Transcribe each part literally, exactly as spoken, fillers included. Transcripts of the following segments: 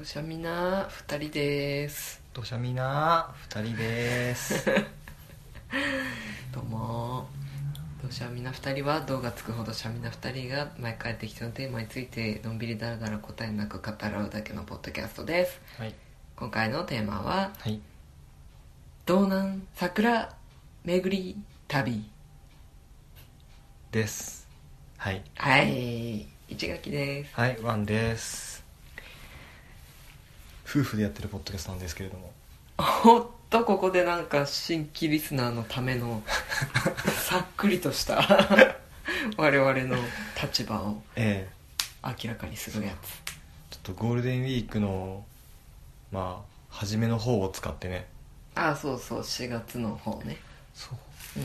うしゃみなふたりです。 どうしゃみなふたりですどうも。どうしゃみなふたりは動画つくほどしゃみなふたりが毎回適当なテーマについてのんびりだらだら答えなく語らうだけのポッドキャストです、 はい、 今回のテーマは、 はい、 道南桜巡り旅です。はい、 はい、市垣です。 はい、ワンです。夫婦でやってるポッドキャストなんですけれども、 ほっとここでなんか新規リスナーのためのさっくりとした我々の立場をえ明らかにするやつ、 え、ちょっとゴールデンウィークのまあ初めの方を使ってね。 ああ、そうそう、しがつの方ね。 そう、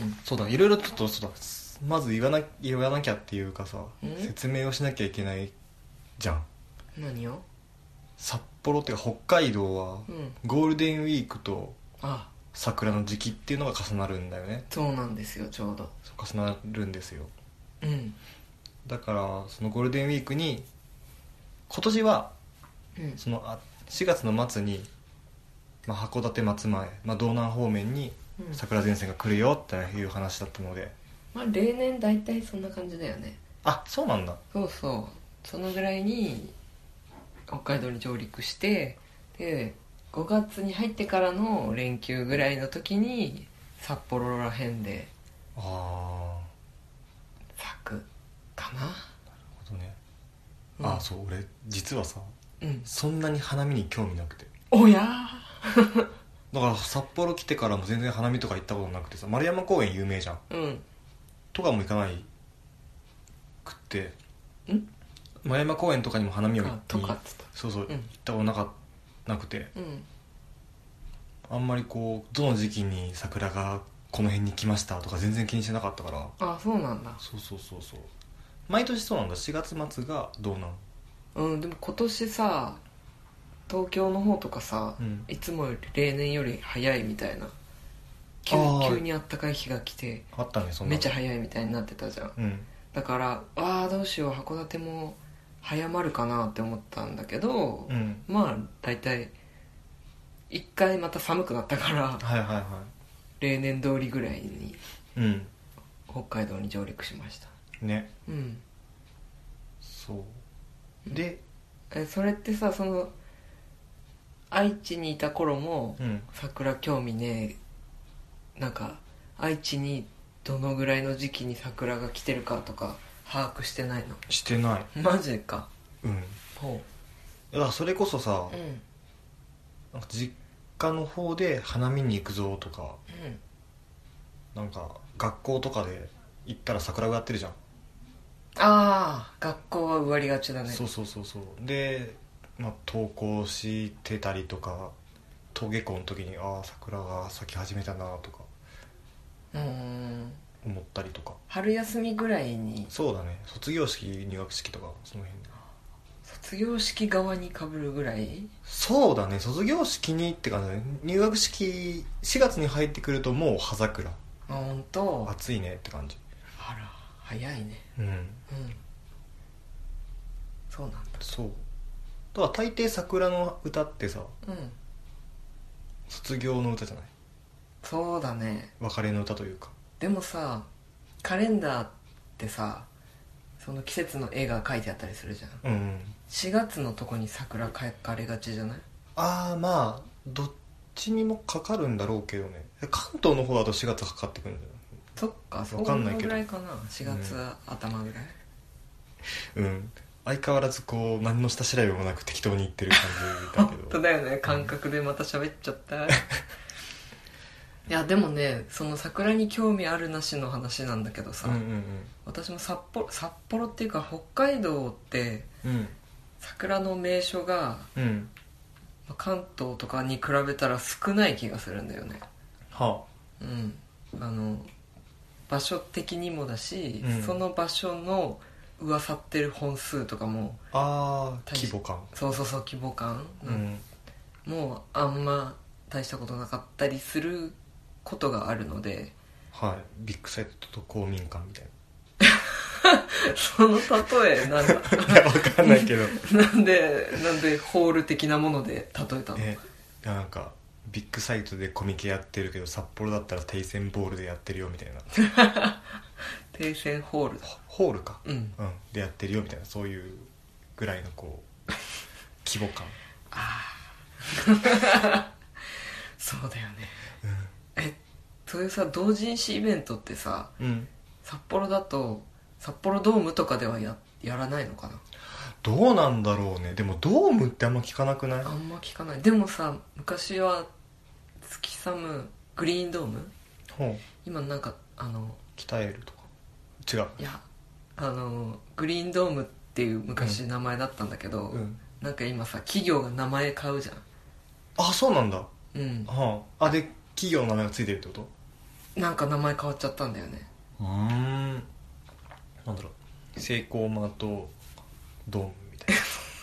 うん、 そうだ、いろいろちょっとそうだ、まず言わな言わなきゃっていうかさ、 ん説明をしなきゃいけないじゃん。 何を？ 札幌っていうか北海道はうんゴールデンウィークとあ桜の時期っていうのが重なるんだよね。 そうなんですよ、ちょうど。 そう重なるんですよ。 うんだからそのゴールデンウィークに今年はうんそのあしがつの末に、まあ、函館松前、まあ、道南方面にうん桜前線が来るよっていう話だったので、 まあ例年大体そんな感じだよね。 あ、そうなんだ。 そうそう、そのぐらいに北海道に上陸して、でごがつに入ってからの連休ぐらいの時に札幌らへんであ咲くかな。 あ、なるほどね、 うん、 ああ、そう、俺実はさ、 うんそんなに花見に興味なくて、 おやだから札幌来てからも全然花見とか行ったことなくてさ、丸山公園有名じゃんうんとかも行かないくって、 ん丸山公園とかにも花見を行とかっつった。 そうそう、 うん行ったことなかなくて、 うんあんまりこうどの時期に桜がこの辺に来ましたとか全然気にしてなかったから。 あ、そうなんだ。 そうそうそうそう、毎年そうなんだ。しがつ末が道南。 うんでも今年さ、東京の方とかさ、 うん、 いつもより例年より早いみたいな、急急にあったかい日が来てあったね、そんなめっちゃ早いみたいになってたじゃん。 うん、 だからああどうしよう、函館も早まるかなって思ったんだけど、 うん、 まあ大体一回また寒くなったからはいはいは例年通りぐらいにい、うん北海道に上陸しました。 ね、 うんそうで、 えそれってさ、その愛知にいた頃もうん桜興味ねえ、なんか愛知にどのぐらいの時期に桜が来てるかとか把握してないの？ してない。 マジか。 うんほだからそれこそさ、 う。うんなんか実家の方で花見に行くぞとか、 うんなんか学校とかで行ったら桜がやってるじゃん。 ああ、学校は植わりがちだね。 そうそうそうそうで、まあ、登校してたりとか登下校の時にああ桜が咲き始めたなとかうーん思ったりとか。 春休みぐらいにそうだね、卒業式入学式とかその辺で。 卒業式側に被るぐらい。 そうだね、卒業式にって感じだね。入学式しがつに入ってくるともう葉桜、 あ、本当。 暑いねって感じ。 あら早いね。 うん、 うんそうなんだ。 そうだから大抵桜の歌ってさうん卒業の歌じゃない、 そうだね。 別れの歌というか。 でもさ、カレンダーってさ、その季節の絵が描いてあったりするじゃん。 うん、 しがつのとこに桜描かれがちじゃない？ ああ、まあどっちにもかかるんだろうけどね。関東の方だとしがつかかってくるんだよ。 そっか、そわかんないけどのぐらいかな。しがつ頭ぐらい、 うん、相変わらずこう何の下調べもなく適当に言ってる感じだけど本当だよね、感覚でまた喋っちゃったいやでもね、その桜に興味あるなしの話なんだけどさ、 うんうん私も札幌札幌っていうか北海道ってうん桜の名所がうん関東とかに比べたら少ない気がするんだよね。 はうんあの場所的にもだし、 うんその場所の噂ってる本数とかも、 あ、ああ規模感。 そうそうそう、規模感、 うん、 もうあんま大したことなかったりすることがあるので、 はい、ビッグサイトと公民館みたいその例えなんだいやわかんないけどなんでなんでホール的なもので例えたの？ えいやなんかビッグサイトでコミケやってるけど札幌だったらテイセンボールでやってるよみたいなテイセンホールだ。 ホールか、 うん、 うん、でやってるよみたいな、そういうぐらいのこう規模感。 ああそうだよね、うん、えそういうさ同人誌イベントってさ、 うん、 札幌だと札幌ドームとかでは や, やらないのかな？ どうなんだろうね。でもドームってあんま聞かなくない？ あんま聞かない。でもさ昔は月寒グリーンドーム、 ほう、 今なんかあの鍛えるとか違う。 いやあのグリーンドームっていう昔名前だったんだけど、 うん、 なんか今さ企業が名前買うじゃん。 あ、そうなんだ。 うん、 はあ、あ、で企業の名前がついてるってこと？ なんか名前変わっちゃったんだよね。 うーん、なんだろう、セイコーマートドームみたい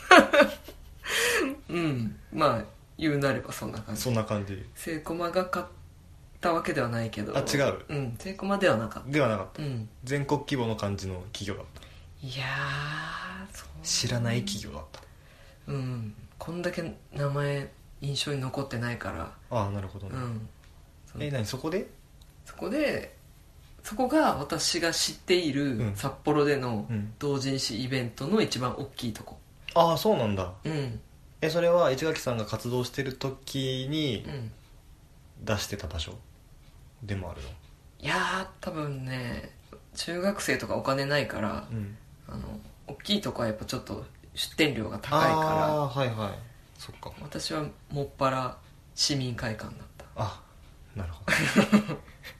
うんまあ言うなればそんな感なじ。 そんな感じ。 セイコマが買ったわけではないけど。 あ、違う。 うんセイコマではなかった。 ではなかった。 うん、 全国規模の感じの企業だった。 いやーそう知らない企業だった。 うんこんだけ名前印象に残ってないから。 ああ、なるほどね。 うんえ、何そこで？ そこでそこが私が知っている札幌での同人誌イベントの一番大きいとこ。 ああ、そうなんだ。 うんえ、それは市垣さんが活動してる時にうん出してた場所でもあるの？ いやー多分ね中学生とかお金ないから、 うん、 あの大きいとこはやっぱちょっと出店料が高いから。 ああ、はいはい、そっか。 私はもっぱら市民会館だった。 あ、なるほど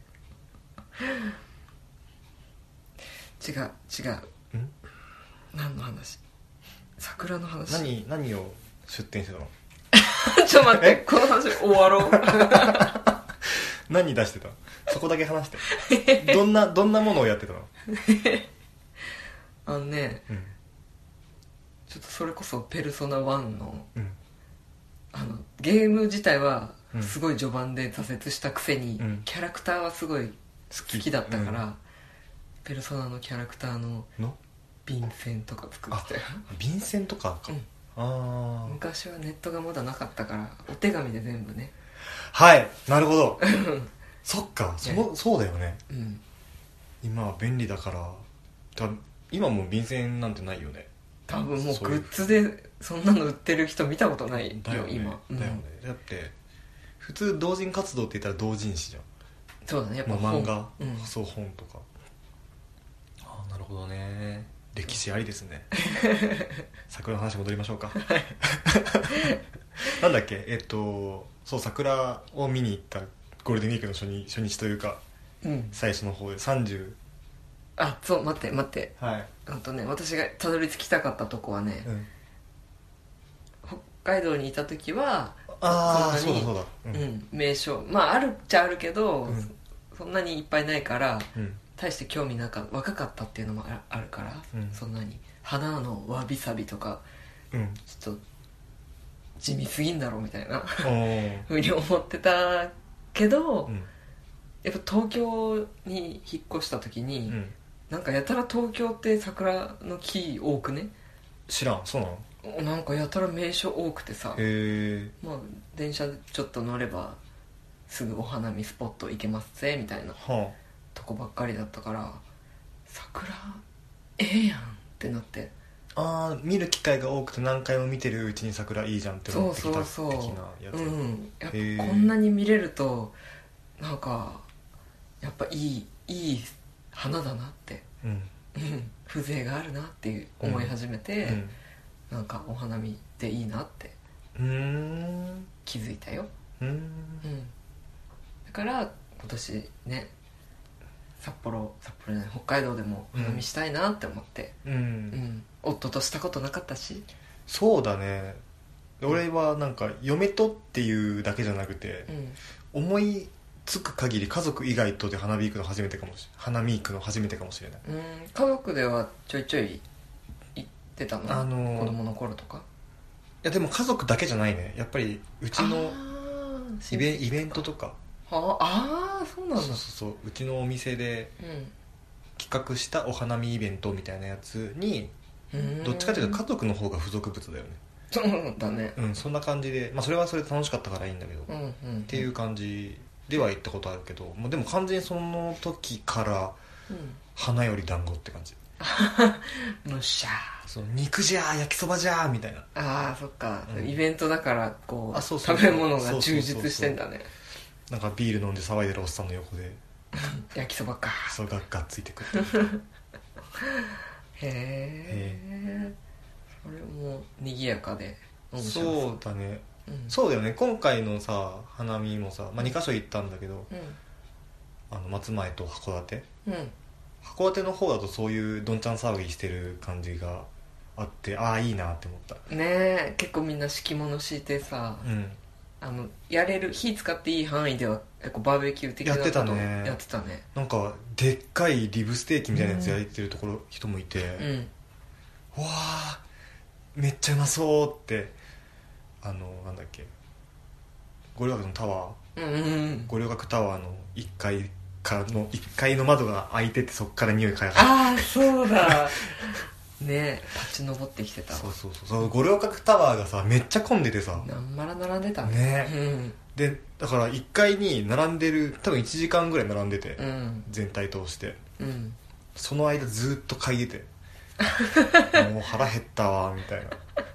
違う違う。 ん何の話？桜の話。 何何を出店してたの？ ちょっと待ってこの話終わろう何出してたの？そこだけ話してどんなどんなものをやってたの？ あのね、 うん、 ちょっとそれこそペルソナワンの、 うん、 あのゲーム自体はうんすごい序盤で挫折したくせに、 うん、 キャラクターはすごい好好きだったから、 うん、 ペルソナのキャラクターのの便箋とか作ってたよ。 便箋とかか、 うん、 ああ、 昔はネットがまだなかったからお手紙で全部ね。 はい、なるほどそっか、そね、 そうだよね、 うん、 今は便利だからだ。今もう便箋なんてないよね。 多分もうグッズでそんなの売ってる人見たことないよだよね、 今、うん、 だよね。だって普通同人活動って言ったら同人誌じゃん。 そうだね、やっぱもう漫画、 うん、 そう本とか。ああ、なるほどね。歴史ありですね桜の話戻りましょうかなんだっけ、えっとそう、桜を見に行ったゴールデンウィークの初日初日というか、 うん、 最初の方でさんじゅう。 あ、そう、待って待って、 はい、 あとね、私がたどり着きたかったとこはね、 うん、 北海道にいた時はああ、 そんなに、 そうだそうだ、 うんうん、名所まああるっちゃあるけど、 うん、 そんなにいっぱいないから、 うん、 大して興味なかった若かったっていうのもああるから、 うん、 そんなに花のわびさびとか、 うん、 ちょっと地味すぎんだろうみたいなふふうに思ってたけど、 うん、 やっぱ東京に引っ越した時に、うん、なんかやたら東京って桜の木多くね。 知らん、そうなの？ なんかやたら名所多くてさ、 へえ、 まあ、電車でちょっと乗ればすぐお花見スポット行けますぜみたいなはとこばっかりだったから、桜ええやんってなって、 あ、あー、見る機会が多くて何回も見てるうちに桜いいじゃんって思ってきた的なやつ。 うん、やっぱこんなに見れるとなんかやっぱいいいい花だなって、 うん、 風情があるなって思い始めて、 うん、 なんかお花見っていいなってうーん、 気づいたよ。 うーん、 うん、だから今年ね、札幌札幌ね北海道でもお花見したいなって思って、 うん、うん、 夫としたことなかったし。 そうだね。俺はなんか嫁とっていうだけじゃなくて、うん、思いつく限り家族以外とで花見行くの初めてかもし花見行くの初めてかもしれない。 うん、家族ではちょいちょい行ってたの、あのー、子供の頃とか。 いやでも家族だけじゃないね、やっぱりうちのイベ、イベントとか。 はあ、あー、そうなんだ。 そうそうそう、うちのお店で、 企画したお花見イベントみたいなやつにどっちかというと家族の方が付属物だよね。 そうだね、 うん、そんな感じで、まあ、それはそれで楽しかったからいいんだけど、 うんうんうん、 っていう感じでは行ったことあるけど、もうでも完全にその時から花より団子って感じ。 むしゃーそう肉じゃー焼きそばじゃーみたいな。 あーそっか、 うん、 イベントだからこうあそうそうそう食べ物が充実してんだね。 なんかビール飲んで騒いでるおっさんの横で焼きそばかそうがっがっついてくるへえそれも賑やかで面白そうそうだね、 うん、 そうだよね。今回のさ花見もさ、まあ、にか所行ったんだけど、 うん、 あの松前と函館、 うん、 函館の方だとそういうどんちゃん騒ぎしてる感じがあって、ああいいなって思った。 ねえ結構みんな敷物敷いてさ、 うん、 あのやれる火使っていい範囲では結構バーベキュー的なことやってたねやってたね。 なんかでっかいリブステーキみたいなやつ焼いてるところ、うん、人もいて、 うん、 わあめっちゃうまそうって、あのなんだっけ五稜郭のタワー、 うんうんうん、 五稜郭タワーのいっかいからのいっかいの窓が開いててそっから匂い嗅いだ。 ああそうだね立ち上ってきてたわ。 そうそうそうそう五稜郭タワーがさめっちゃ混んでてさ、 なんまら並んでたねね、うん、 でだからいっかいに並んでる多分いちじかんぐらい並んでて、 うん、 全体通して、 うん、 その間ずっと嗅いでてもう腹減ったわみたいな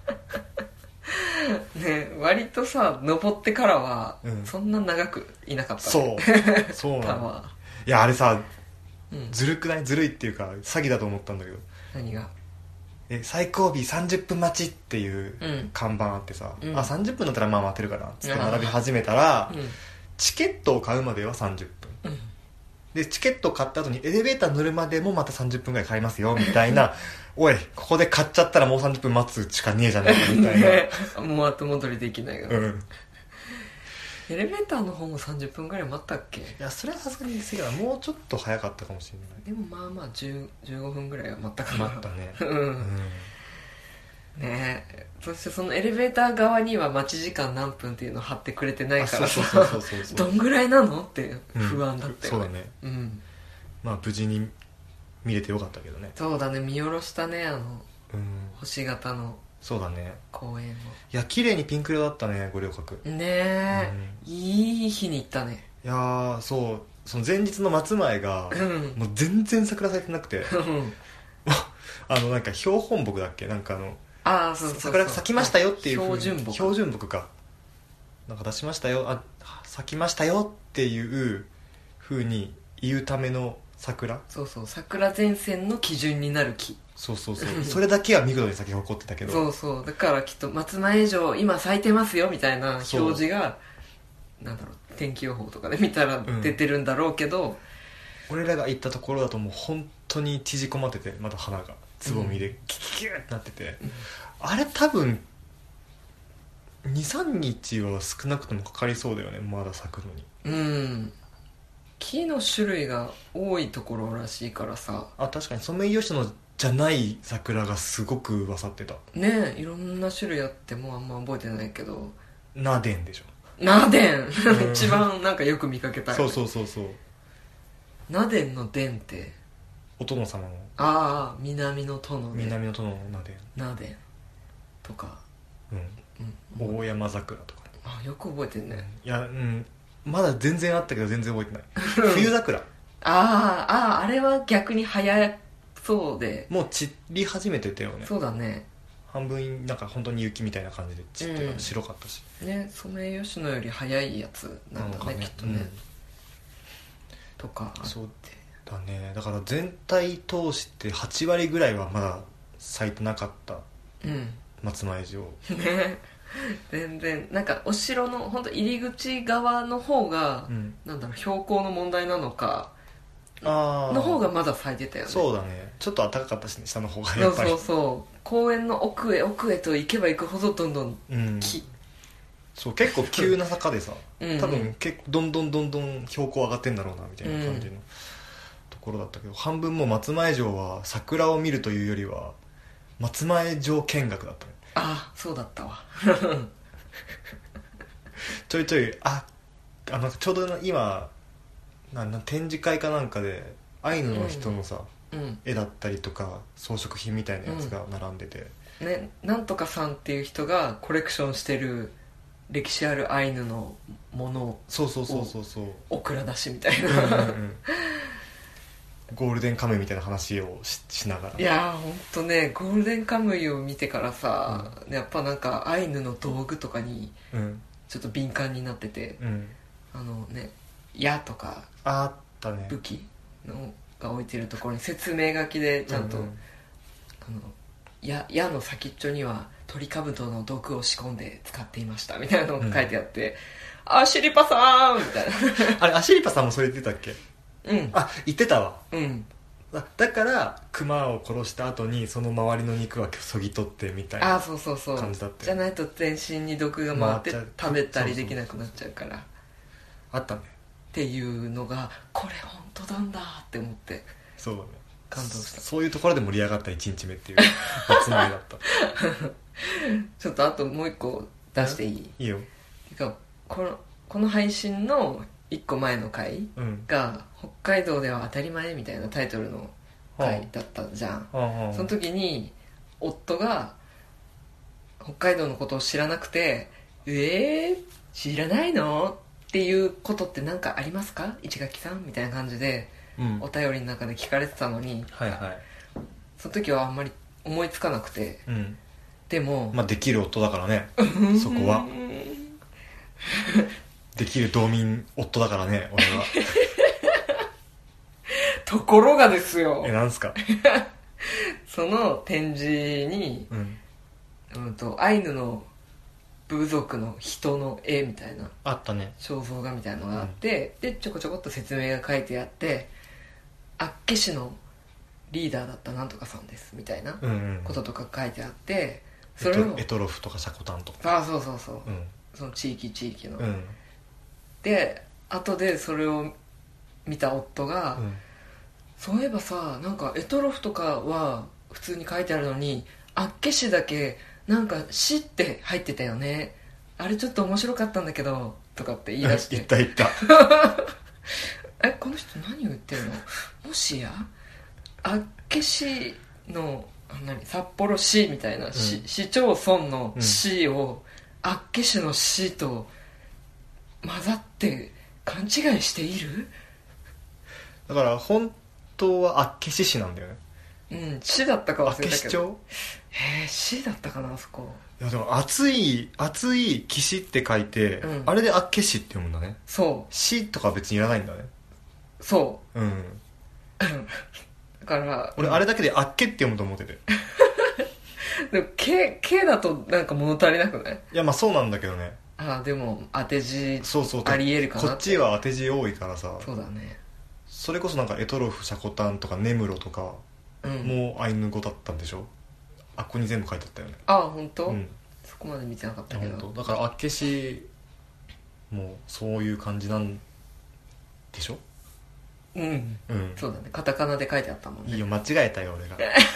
ね割とさ登ってからは、 うん、 そんな長くいなかった、 そね、 うそうなのタワー。いやあれさ、 うん、 ずるくないずるいっていうか詐欺だと思ったんだけど、 何がえ最後尾さんじゅっぷん待ちっていううん看板あってさ、 うん、 あさんじゅっぷんだったらまあ待てるかなっつって並び始めたら、うん、チケットを買うまではさんじゅっぷん、うん、でチケットを買った後にエレベーター乗るまでもまたさんじゅっぷんぐらい買いますよみたいなおいここで買っちゃったらもうさんじゅっぷん待つしかねえじゃないかみたいな、ね、 もう後戻りできないが、 うん、 エレベーターの方もさんじゅっぷんぐらい待ったっけ。いやそれはさすがにですけどもうちょっと早かったかもしれない。でもまあまあじゅう、じゅうごふんぐらいは待ったかな。 待ったねうん、うん、ねえそしてそのエレベーター側には待ち時間何分っていうのを貼ってくれてないからさどんぐらいなのって不安だったよね、 うん、そうだね、 うん、 まあ無事に見れてよかったけどね。 そうだね見下ろしたねあの、うん、星型のそうだね公園を。いや綺麗にピンク色だったね五稜郭ねえ、うん、いい日に行ったね。 いやーそうその前日の松前が、うん、もう全然桜咲いてなくてあのなんか標本木だっけなんかあのあそうそうそう桜咲きましたよっていう標準木標準木かなんか出しましたよあ咲きましたよっていう風に言うための桜そうそう桜前線の基準になる木そうそうそうそれだけは見事に咲き誇ってたけどそうそうだからきっと松前城今咲いてますよみたいな表示がなんだろう天気予報とかで見たら出てるんだろうけど、 うん、俺らが行ったところだともう本当に縮こまっててまだ花がつぼみでキキキューってなってて、うん、あれ多分 にさんにちは少なくともかかりそうだよねまだ咲くのに。 うん木の種類が多いところらしいからさあ確かにソメイヨシノじゃない桜がすごくわさってたねえいろんな種類あってもあんま覚えてないけどナデンでしょナデン一番なんかよく見かけたよ、ね、 そうそうそうそうナデンのデンってお殿様のああ南の殿で南の殿のナデンナデンとかうん、うん、大山桜とかあよく覚えてんね、 うん、いやうんまだ全然あったけど全然覚えてない冬桜ああああれは逆に早そうでもう散り始めてたよね。 そうだね半分なんか本当に雪みたいな感じで散ってた、うん、白かったしねソメイヨシノより早いやつなんだね、ね、きっとね、うん、とかあってそうだねだから全体通してはちわりぐらいはまだ咲いてなかった松前城、 うん、ね全然なんかお城の本当入り口側の方が、うん、なんだろう標高の問題なのかあの方がまだ咲いてたよね。 そうだねちょっと暖かかったしね下の方がやっぱりそうそうそう公園の奥へ奥へと行けば行くほどどんどん木、うん、 そう結構急な坂でさうん多分結構どんどんどんどん標高上がってんだろうなみたいな感じの、うん、ところだったけど半分もう松前城は桜を見るというよりは松前城見学だったね。 あそうだったわちょいちょいああのちょうど今なな展示会かなんかでアイヌの人のさ、 うん絵だったりとか装飾品みたいなやつが並んでて、 ね、なんとかさんっていう人がコレクションしてる歴史あるアイヌのものをそうそうそうそうそうオクラ出しみたいな、 うんうん、うん、ゴールデンカムイみたいな話を し, しながらいやーほんとねゴールデンカムイを見てからさ、うん、やっぱなんかアイヌの道具とかにちょっと敏感になってて、 うん、 あのね矢とかあったね武器のが置いてるところに説明書きでちゃんと、うんうん、あの矢, 矢の先っちょにはトリカブトの毒を仕込んで使っていましたみたいなのが書いてあって、うん、アシリパさんみたいなあれアシリパさんもそれ言ってたっけ？ うん、 あ言ってたわ、 うん、 だからクマを殺した後にその周りの肉はそぎ取ってみたいな感じだった、 あそうそうそうじゃないと全身に毒が回って食べたりできなくなっちゃうから、 あったねっていうのがこれ本当なんだって思ってそうだね感動した。 そういうところで盛り上がったいちにちめっていう集まりだったちょっとあともう一個出していい？ いいよ。 てかこの、この配信のいっこまえの回が、うん、北海道では当たり前みたいなタイトルの回だったじゃん、はあはあ、その時に夫が北海道のことを知らなくてえー、知らないのっていうことって何かありますか市垣さんみたいな感じで、うん、お便りの中で聞かれてたのに、 はいはい、 その時はあんまり思いつかなくて、うん、でもまあできる夫だからねそこはできる道民夫だからね俺はところがですよえなんすかその展示に、うんうん、とアイヌの部族の人の絵みたいなあったね肖像画みたいなのがあって、うん、でちょこちょこっと説明が書いてあって厚岸のリーダーだったなんとかさんですみたいなこととか書いてあって、 うんうん、それをエトロフとかシャコタンとかあそうそうそう、うん、その地域地域の、 うん、 で後でそれを見た夫が、うん、そういえばさなんかエトロフとかは普通に書いてあるのに厚岸だけなんか死って入ってたよねあれちょっと面白かったんだけどとかって言い出して言った言ったえこの人何を言ってるのもしや厚岸の何札幌市みたいな、うん、市, 市町村の市を、うん、厚岸の市と混ざって勘違いしているだから本当は厚岸市なんだよねうん市だったか忘れたけど厚岸町へえ市だったかなあそこいやでも熱い熱い岸って書いて、うん、あれで厚岸って読むんだねそう市とか別にいらないんだねそううんだから俺あれだけであっけって読むと思っててでも K, K だとなんか物足りなくない？ いやまあそうなんだけどねあでも当て字そうそうありえるかなってこっちは当て字多いからさそうだねそれこそなんかエトロフシャコタンとかネムロとか、うん、もうアイヌ語だったんでしょあっこに全部書いてあったよねあ本当、 うん、 そこまで見てなかったけど本当だからあっけしもそういう感じなんでしょうん、うん、そうだねカタカナで書いてあったもんねいいよ間違えたよ俺が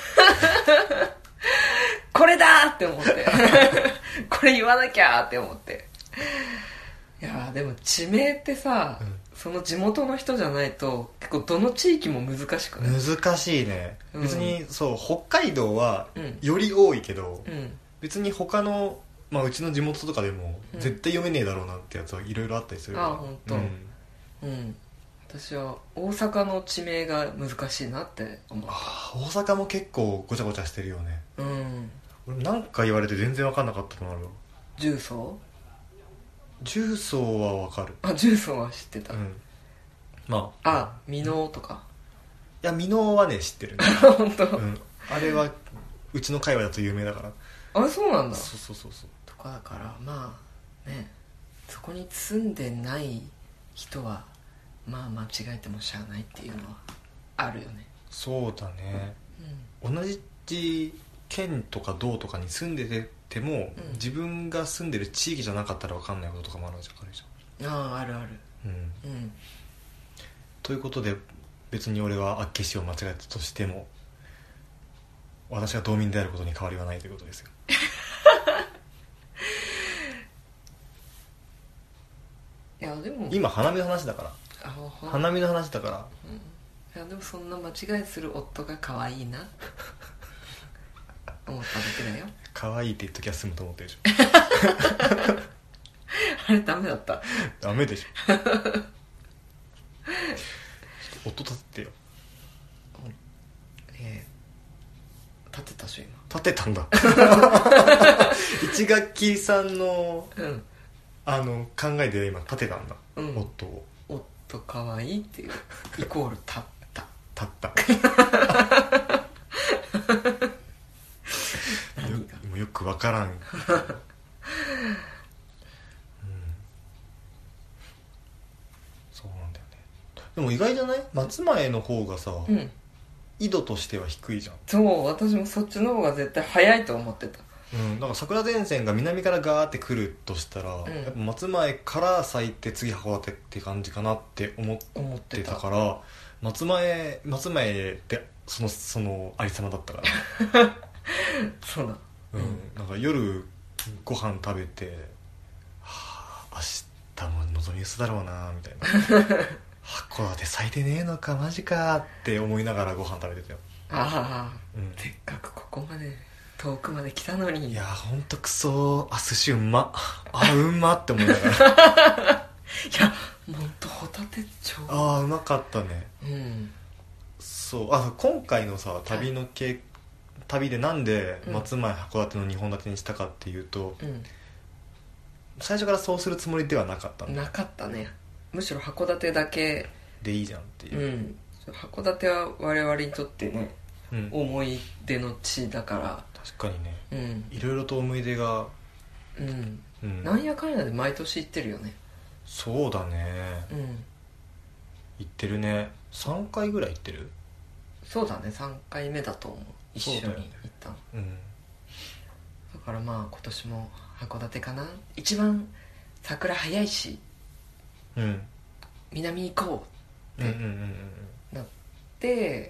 これだーって思ってこれ言わなきゃーって思っていやでも地名ってさ、うん、その地元の人じゃないと結構どの地域も難しくない？ 難しいね、うん、別にそう北海道はより多いけど、うん、別に他の、まあ、うちの地元とかでも絶対読めねえだろうなってやつはいろいろあったりするから、 あ本当、うん、うん、私は大阪の地名が難しいなって思った。 あ大阪も結構ごちゃごちゃしてるよね。 うん俺なんか言われて全然分かんなかったのあるわ。 重曹重曹は分かる。 あ重曹は知ってた、うん、 まああ箕面とかいや箕面はね知ってるね本当、 うん、あれはうちの界隈だと有名だからあそうなんだ。 そうそうそうそうとかだからまあねそこに住んでない人はまあ間違えてもしゃあないっていうのはあるよね。 そうだね、うん、同じ県とか道とかに住んでても、うん、自分が住んでる地域じゃなかったら分かんないこととかもあるじゃん。あああるある、 うんうん、ということで別に俺は厚岸を間違えたとしても私が道民であることに変わりはないということですよいやでも今花見の話だからあ花見の話だから、 うん、 いやでもそんな間違いする夫が可愛いな思っただけだよ。 可愛いって言っときゃ済むと思ってるでしあれダメだった。 ょダメでしょ音立ててよ。 えー、立てたし今立てたんだ一垣さんの、 うん、 あの考えで今立てたんだ、 うん、 夫を。 夫可愛いっていうイコール立った立った何がよ, もうよくわからん、うん、そうなんだよね。でも意外じゃない？松前の方がさ、うん、緯度としては低いじゃん。 そう私もそっちの方が絶対早いと思ってた。 うん、だから桜前線が南からガーって来るとしたら、うん、やっぱ松前から咲いて次函館って感じかなって思ってたから、松前松前ってそのそのありさまだったからそうだ、 うん、うん、なんか夜ご飯食べて、はあ、明日も望み薄だろうなみたいな函館咲いてねえのかマジかって思いながらご飯食べてたよ。 ああ、うん、せっかくここまで遠くまで来たのに。 いやほんとクソあ寿司うまあうんまって思いながらいやほんとホタテ超ああうまかったね。 うんそうあ今回のさ旅のけ、はい、旅でなんで松前函館のにほん立てにしたかっていうと、うん、最初からそうするつもりではなかったんだ。 なかったね。むしろ函館だけでいいじゃんっていう、 うん、函館は我々にとってね、うん、思い出の地だから。 確かにね、 うん、 いろいろと思い出が、 うんうん、なんやかんやで毎年行ってるよね。 そうだね、うん、行ってるね。さんかいぐらい行ってる。 そうだねさんかいめだと思う。一緒に行ったの、うん、だからまあ今年も函館かな。一番桜早いし、うん、南行こうってなって、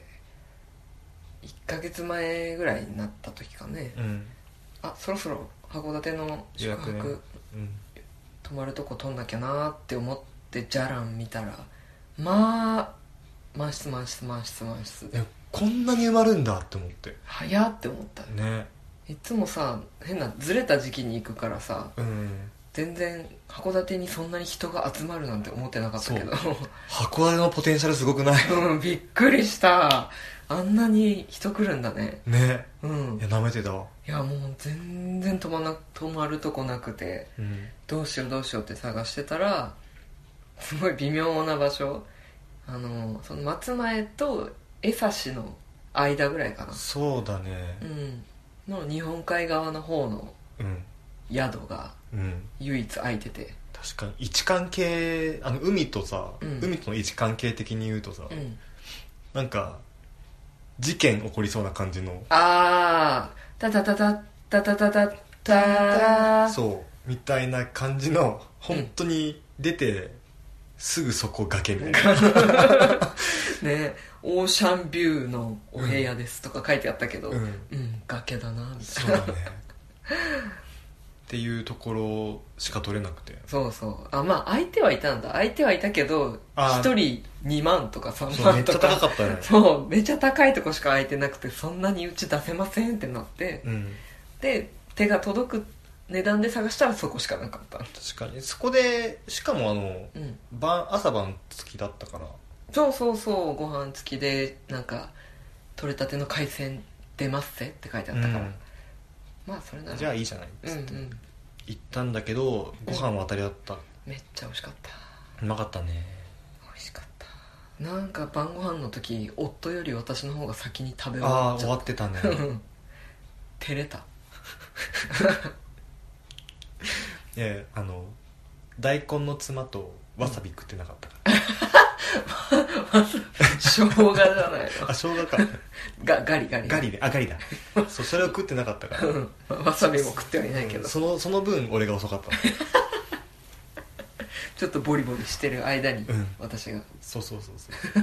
いっかげつまえぐらいになった時かね、うん、あそろそろ函館の宿泊、ねうん、泊まるとこ取んなきゃなって思ってじゃらん見たらまあ満室満室満室満室でこんなに埋まるんだって思って早って思ったね。いつもさ変なずれた時期に行くからさ、うん、全然函館にそんなに人が集まるなんて思ってなかったけど函館のポテンシャルすごくない？ うんびっくりした。あんなに人来るんだね。 ね、うん、いや舐めてた。 いやもう全然泊まな泊まるとこなくて、うん、どうしようどうしようって探してたらすごい微妙な場所、あのその松前と江差の間ぐらいかな。 そうだね、 うん、の日本海側の方の宿が唯一空いてて、うん、 確かに位置関係あの海とさ、うん、海との位置関係的に言うとさ、うん、なんか事件起こりそうな感じのあータタタタタタタタタそうみたいな感じの本当に出てすぐそこ崖みたいなね、オーシャンビューのお部屋ですとか書いてあったけど、うん、うん、崖だなみたいな。 そうだねっていうところしか取れなくて。 そうそうあまあ相手はいたんだ。相手はいたけどひとりにまんとかさんまんとかめっちゃ高かったね。 そうめっちゃ高いとこしか空いてなくてそんなにうち出せませんってなって、うん、で手が届く値段で探したらそこしかなかった。 確かにそこでしかもあの、うん、晩朝晩付きだったから。 そうそうそうご飯付きでなんか取れたての海鮮出ますぜって書いてあったから、うん、まあそれならじゃあいいじゃないっつって、うんうん、行ったんだけどご飯は当たりだった、うん、 めっちゃ美味しかった。 うまかったね。 美味しかった。なんか晩ご飯の時夫より私の方が先に食べ終わっちゃった。 ああ終わってたね照れたいやあの大根のつまとわさび食ってなかったから生姜じゃないのあ生姜かがガリガリガリであガリだそうそれを食ってなかったから、 うん、わさびも食ってはいないけど、 そのその分俺が遅かったちょっとボリボリしてる間に、うん、私がそうそうそうそう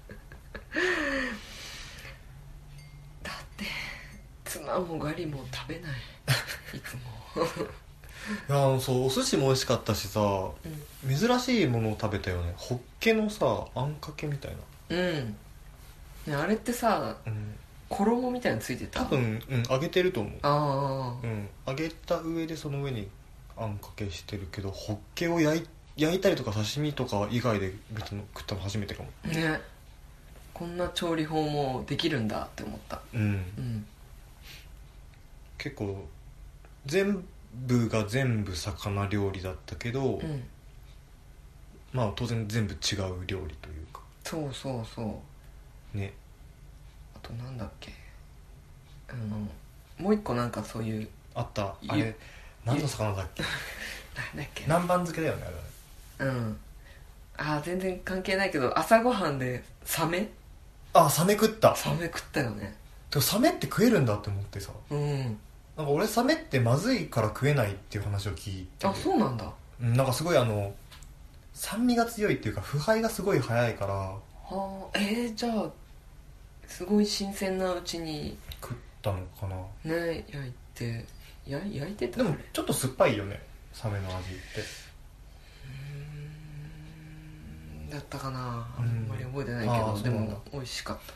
だってツナもガリも食べないいつもいやそうお寿司も美味しかったしさ、うん、珍しいものを食べたよね。ホッケのさあんかけみたいな。 うんね、あれってさ、 うん、 衣みたいについてた？ 多分、うん、揚げてると思う。 ああ、 うん、揚げた上でその上にあんかけしてるけど、ホッケを焼い焼いたりとか刺身とか以外で別の食ったの初めてかもね。こんな調理法もできるんだって思った。 うん、 うん、 結構全部が全部魚料理だったけど、 うん、 まあ当然全部違う料理というかそうそうそうね。 あとなんだっけ、あのもう一個なんかそういうあったあれ何の魚だっけなんだっけ南蛮漬けだよねあれ。 うん、ああ全然関係ないけど朝ごはんでサメあ、サメ食った。 サメ食ったよね。 でもサメって食えるんだって思ってさ、 うん、 なんか俺サメってまずいから食えないっていう話を聞いて、 あ、そうなんだ。 うん、なんかすごいあの酸味が強いっていうか腐敗がすごい早いから。 はあ、えー、じゃあすごい新鮮なうちに食ったのかな。 ね焼いてや焼いてた。 でもちょっと酸っぱいよねサメの味って。 うーんだったかな、 うんあんまり覚えてないけあど、でーそうなんだも美味しかった。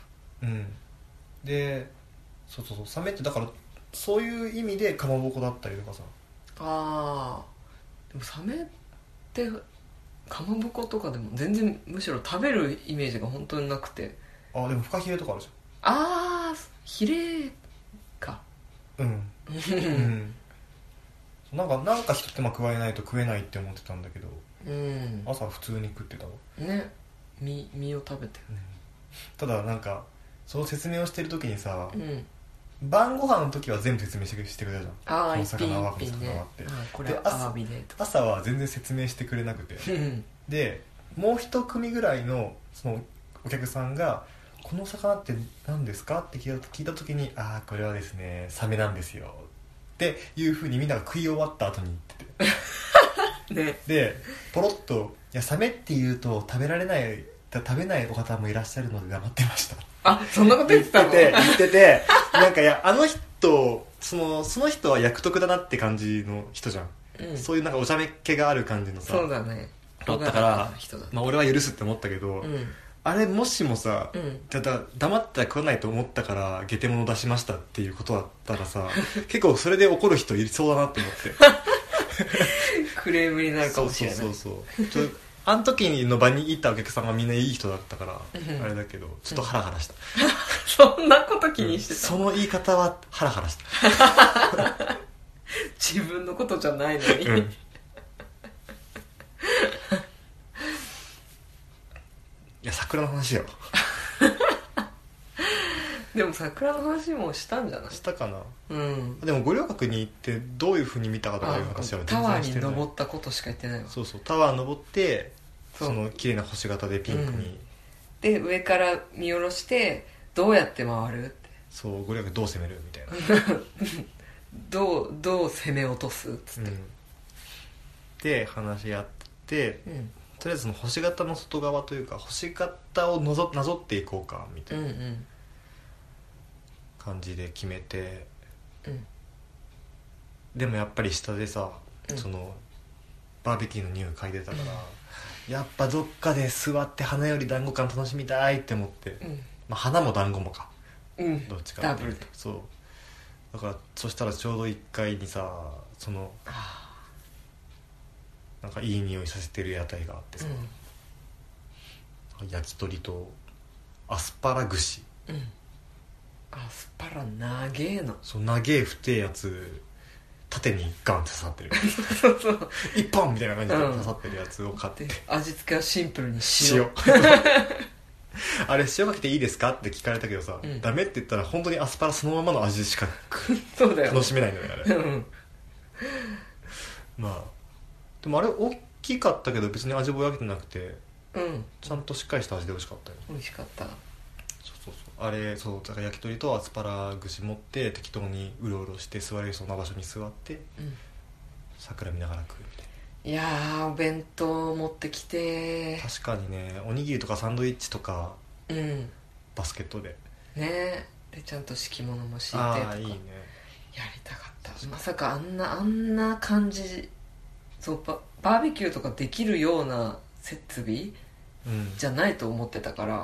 うんでそうそうそう、サメってだからそういう意味でかまぼこだったりとかさ。 あーでもサメってかまぼことかでも全然むしろ食べるイメージが本当になくて。 あ、でもフカヒレとかあるじああヒレか。 ゃん。うんうんなんかなんか一手間加えないと食えないって思ってたんだけど、 うん朝普通に食ってたわ。 ね、身身を食べてただなんかその説明をしてる時にさ、 る。うん晩ご飯の時は全部説明してしてくれたじゃん。 ああこの一品魚はこの一品ね。 魚はってあーこれで朝はアワビでとか。 朝は全然説明してくれなくてうんでもう一組ぐらいのそのお客さんがこの魚って何ですかって聞いた聞いた時に、ああこれはですねサメなんですよっていう風にみんなが食い終わった後に言っててねでポロッといやサメって言うと食べられない食べないお方もいらっしゃるので黙ってましたあそんなこと言ってたの。 言ってて言っててなんかいやあの人そのその人は役得だなって感じの人じゃん、 うん、 そういうなんかお茶目っ気がある感じのさそうだね。 だったから人だ、 まあ、俺は許すって思ったけど、 うんあれもしもさ、 うん、 ただ黙っては食わないと思ったからゲテモノ出しましたっていうことだったらさ結構それで怒る人いそうだなって思ってクレームになるかもしれない。 そうそうそうそうちょあの時の場にいたお客さんがみんないい人だったからうんあれだけどちょっとハラハラした、 そんなこと気にしてた、 その言い方はハラハラした、 自分のことじゃないのに、 うん、いや桜の話よでも桜の話もしたんじゃない？ したかな。 うんでも五稜郭に行ってどういう風に見たかとかいう話はタワーに全然してない。 登ったことしか言ってないわ。 そうそうタワー登ってそうその綺麗な星型でピンクに、 で上から見下ろしてどうやって回るって、 そう五稜郭どう攻めるみたいなどうどう攻め落とすっつって、 うん、で話し合って、 うんとりあえずその星型の外側というか星型をのぞなぞっていこうかみたいなうんうん感じで決めて、 うんでもやっぱり下でさ、 うんそのバーベキューの匂い嗅いでたから、やっぱどっかで座って花より団子感楽しみたいって思って、 うんまあ、花も団子もかうんどっちかっていうダブルでとそうだからそしたらちょうどいっかいにさそのあなんかいい匂いさせてる屋台があってさ、 うん焼き鳥とアスパラ串、 うんアスパラ長えのそう長え太えやつ縦にガンって刺さってるそうそう一本みたいな感じで刺さってるやつを買って、 で味付けはシンプルに塩塩あれ塩かけていいですかって聞かれたけどさ、 うんダメって言ったら本当にアスパラそのままの味しかそうだよ楽しめないのよあれうんまあでもあれ大きかったけど別に味ぼやけてなくてうんちゃんとしっかりした味で美味しかったよ。 美味しかった。 そうそうそうあれそうだから焼き鳥とアスパラ串持って適当にうろうろして座れるそうな場所に座ってうん桜見ながら食うみたいいやーお弁当持ってきてな。確かにねおにぎりとかサンドイッチとかうんバスケットでねでちゃんと敷物も敷いてとかああいいねやりたかった。まさかあんなあんな感じそうババーベキューとかできるような設備うんじゃないと思ってたから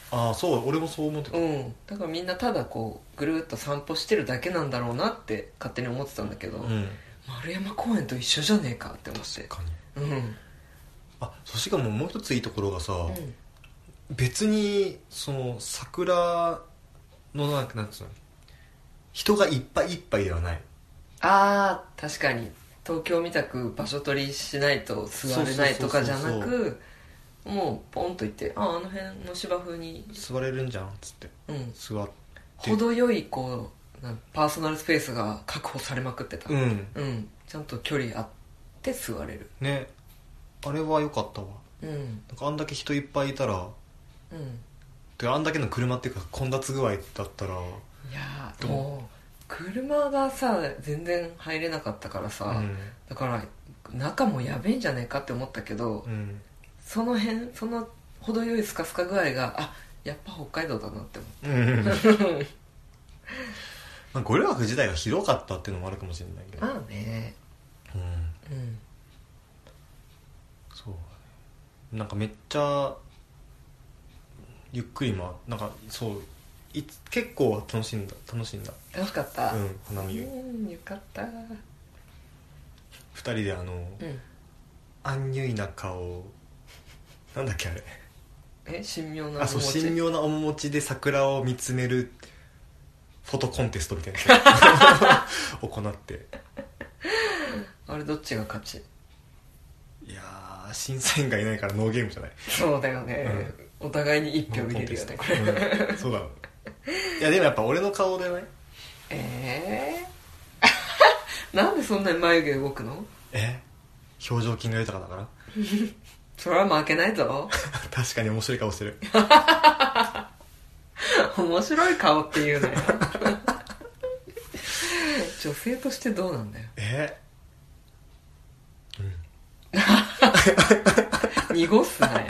ああそう俺もそう思ってた、 うん、だからみんなただこうぐるっと散歩してるだけなんだろうなって勝手に思ってたんだけど、 うん、 丸山公園と一緒じゃねえかって思って。 確かに、 うん、 あそしかももう一ついいところがさ、 うん、 別にその桜のなんかなんつうの人がいっぱいいっぱいではない。 あー確かに東京みたく場所取りしないと座れないとかじゃなく、もうポンと行ってあああの辺の芝生に座れるんじゃんっつって、 うん、 座って程よいこうなんパーソナルスペースが確保されまくってた。 うん、 うん、ちゃんと距離あって座れるね。あれは良かったわ。 うん、 なんかあんだけ人いっぱいいたら、 うん、 てかあんだけの車っていうか混雑具合だったら、いやーもう車がさ全然入れなかったからさ、うん、だから中もやべえんじゃねえかって思ったけど、うん、その辺その程よいスカスカ具合があやっぱ北海道だなって思って、うん、 まあ五稜郭自体が広かったっていうのもあるかもしれないけど、 まあね、 うんうん、そうなんかめっちゃゆっくりまなんかそうい結構楽しんだ楽しんだ楽しかった。 うん花見うんよかった。 ふたりであの、うん、アンニュイな顔なんだっけあれえ神妙な面持ち。 あそう神妙な面持ちで桜を見つめるフォトコンテストみたいな行ってあれどっちが勝ち。 いやー審査員がいないからノーゲームじゃない。 そうだよね、うん、お互いに一票入れるよねこれ、 うん、そうだいやでもやっぱ俺の顔でねえー、なんでそんなに眉毛動くの。 え表情筋が豊かだからそれは負けないぞ確かに面白い顔してる面白い顔って言うなよ女性としてどうなんだよ。 えうん濁すなよ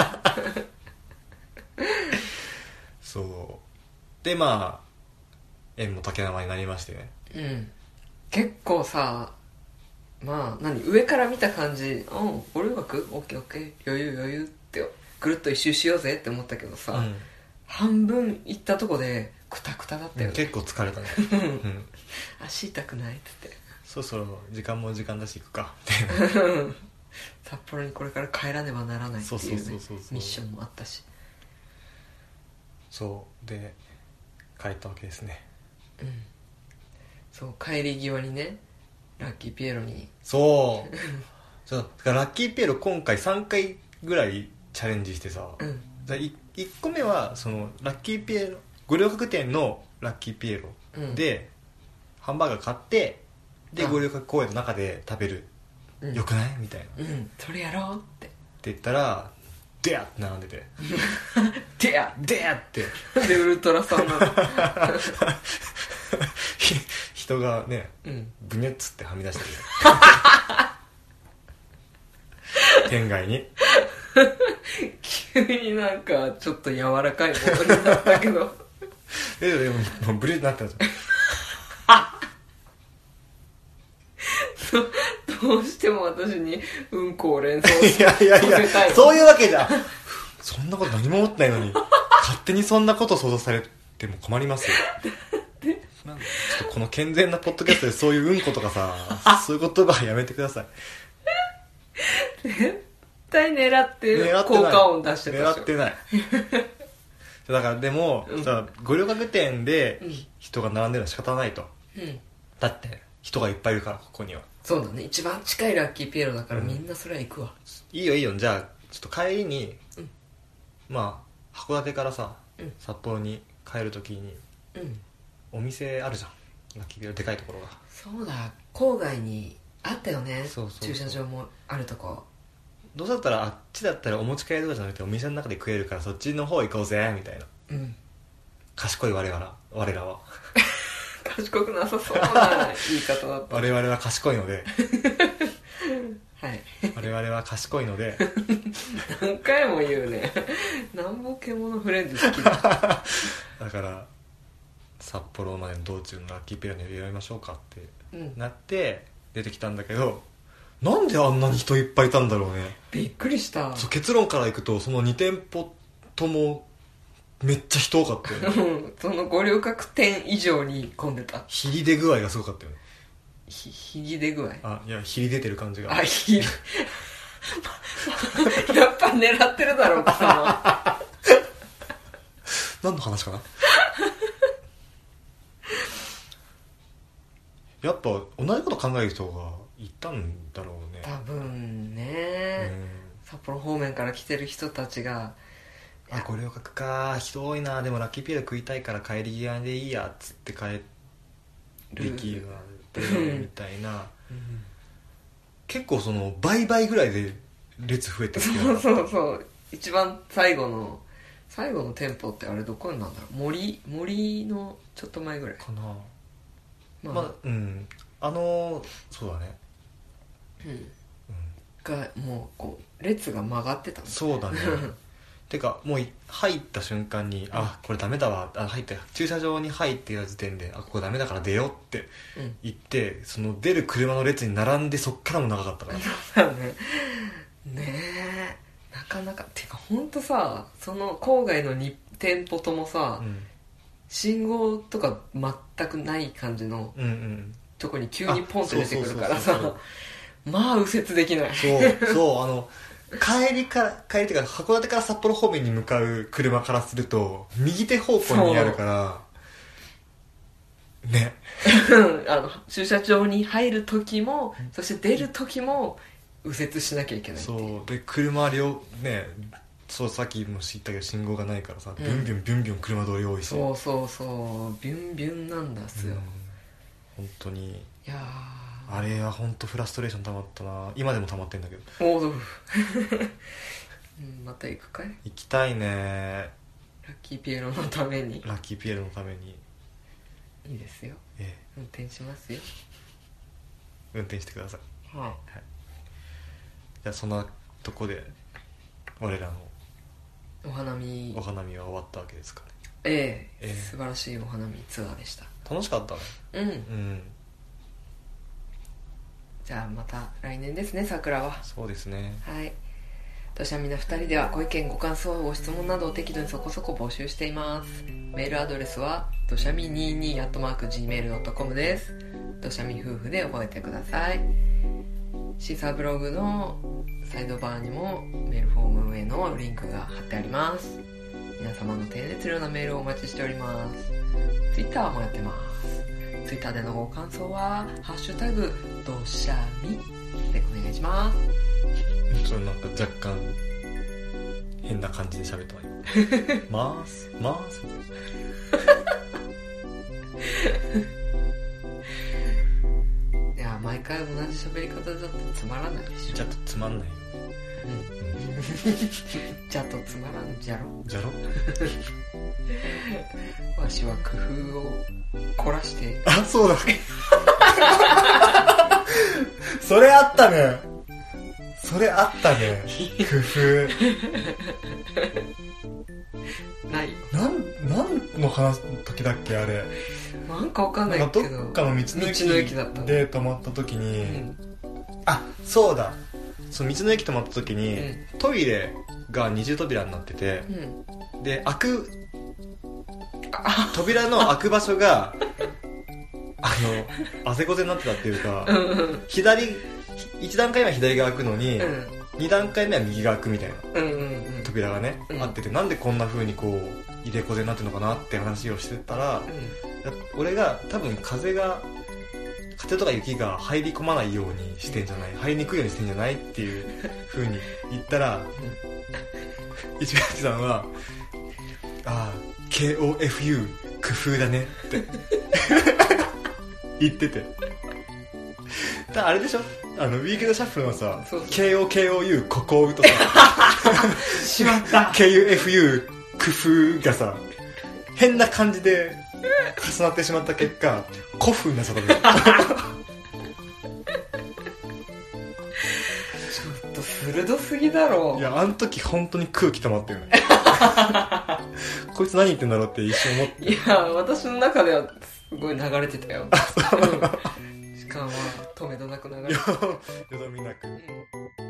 そうでまあ縁も竹縄になりましてね。 うん結構さまあ何上から見た感じうん五稜郭オッケーオッケー余裕余裕ってぐるっと一周しようぜって思ったけどさ、うん、半分行ったとこでクタクタだったよね、 うん、結構疲れたね、 うん、足痛くないって言ってそろそろ時間も時間だし行くか札幌にこれから帰らねばならないっていうねミッションもあったしそうで帰ったわけですね。 うんそう帰り際にねラッキーピエロにそうそうラッキーピエロ今回さんかいぐらいチャレンジしてさ、うん、だ い, いっこめはそのラッキーピエロ五稜郭店のラッキーピエロ、うん、でハンバーガー買ってで五稜郭公園の中で食べる、うん、よくないみたいな、 うん、それやろうってって言ったらデアって並んでてデアデアってでウルトラさんなの人がね、うん、ブニュッつってはみ出してる店外に急になんかちょっと柔らかいものになったけどえでももうブリュッってなったじゃんどうしても私にうんこを連想させたい。 いやいやいやそういうわけじゃそんなこと何も思ってないのに勝手にそんなこと想像されても困りますよちょっとこの健全なポッドキャストでそういううんことかさそういう言葉はやめてください。 絶対狙って効果音出してたでしょ。 狙ってないだからでも、うん、さ五稜郭店で人が並んでるのは仕方ないと、うん、だって人がいっぱいいるからここには。 そうだね一番近いラッキーピエロだから、うん、みんなそれは行くわ。 いいよいいよじゃあちょっと帰りに、うん、まあ函館からさ、うん、札幌に帰るときに、うんお店あるじゃんラッキーピエロでかいところが。 そうだ郊外にあったよね。そうそうそう駐車場もあるとこ。 どうせだったらあっちだったらお持ち帰りとかじゃなくてお店の中で食えるからそっちの方行こうぜみたいな、うん、賢い我々我らは賢くなさそうな言い方だった我々は賢いのではい我々は賢いので何回も言うねなんぼ獣フレンズ好きだだから札幌までの道中のラッキーピエロに呼びましょうかってなって出てきたんだけど、うん、なんであんなに人いっぱいいたんだろうね。 びっくりした。 そう結論からいくとそのに店舗ともめっちゃ人多かったよねうんその五稜郭店以上に混んでた。 ひり出具合がすごかったよね。 ひひり出具合。 あ、いや、ひり出てる感じが。 あ、ひりやっぱ狙ってるだろうかさ何の話かなやっぱ同じこと考える人がいたんだろうね。 多分ね、 うん、 札幌方面から来てる人たちが、 あ、五稜郭か、人多いな、でもラッキーピエロ食いたいから帰り際でいいやっつって帰りきがあってみたいな、うん、結構その倍々ぐらいで列増えてる。 そうそうそう。一番最後の最後の店舗ってあれどこになんだろう。森森のちょっと前ぐらいかな。 まあ、 まあ、うん、あのそうだね、 うんうん、がもうこう列が曲がってたの。 そうだねてかもう入った瞬間に、あ、これダメだわ、あ、入って駐車場に入っていた時点で、あ、ここダメだから出ようって言って、うん、その出る車の列に並んで、そっからも長かったからそうだね。ねえ、なかなかてかほんとさ、その郊外のに店舗ともさ、うん、信号とか全くない感じのとこに急にポンって出てくるからさ、まあ右折できない。 そうそう、あの帰りから帰りっていうか函館から札幌方面に向かう車からすると右手方向にあるからねあの駐車場に入る時も、そして出る時も右折しなきゃいけないっていう。 そうで、車両ね、そう、さっきも知ったけど信号がないからさ、うん、ビュンビュンビュンビュン車通り多いし、 そうそうそう、ビュンビュンなんだっすよ、 うん、本当に。 いやあれは本当フラストレーション溜まったな。今でも溜まってんだけど。 おお、うん、また行くかい。 行きたいね。 ラッキーピエロのために。 ラッキーピエロのために。 いいですよ、ええ、運転しますよ。 運転してください。 はい、はい、 じゃあそんなとこで我らのお花見お花見は終わったわけですかね。 ええ、ええ、素晴らしいお花見ツアーでした。 楽しかったね。 うん、うん、じゃあまた来年ですね、桜は。 そうですね。 はい。としゃみなふたりではご意見ご感想ご質問などを適度にそこそこ募集しています。メールアドレスはとしゃみにじゅうにアットマークジーメールドットコム です。としゃみ夫婦で覚えてください。シーサーブログのサイドバーにもメールフォームへのリンクが貼ってあります。皆様の低熱量なメールをお待ちしております。ツイッターもやってます。ツイッターでのご感想はハッシュタグどしゃみでお願いします。 それなんか若干変な感じで喋ったわよまーすまーすいや、毎回同じ喋り方だとつまらないでしょ。 ちょっとつまんないよ。 うんじゃとつまらんじゃろじゃろわしは工夫を凝らして。 あ、そうだそれあったね。それあったね。工夫ない。 なん、なんの話の時だっけあれ。 なんかわかんないけど、 どっかの道の駅で泊まった時に、うん、あ、そうだ、その道の駅泊まった時に、うん、トイレが二重扉になってて、うん、で開く扉の開く場所があの汗こぜになってたっていうか、うんうん、左いち段階目は左が開くのに、うん、に段階目は右が開くみたいな、うんうんうん、扉がね、うん、あってて、なんでこんな風にこう入れこぜになってるのかなって話をしてたら、うん、俺が多分風が風とか雪が入り込まないようにしてんじゃない、入りにくいようにしてんじゃないっていう風に言ったら、市川さんはああ ケーオーエフユー 工夫だねって言ってて、だあれでしょ、あのウィークドシャッフルのさ ケーオーケーオーユー ここを打とさしまったケーユーエフユー 工夫がさ変な感じで重なってしまった結果古風になっちゃったんだよちょっと鋭すぎだろ。 いや、あの時本当に空気溜まったよねこいつ何言ってんだろうって一瞬思って。 いや、私の中ではすごい流れてたよ時間は止めどなく流れてた。 よどみなく、うん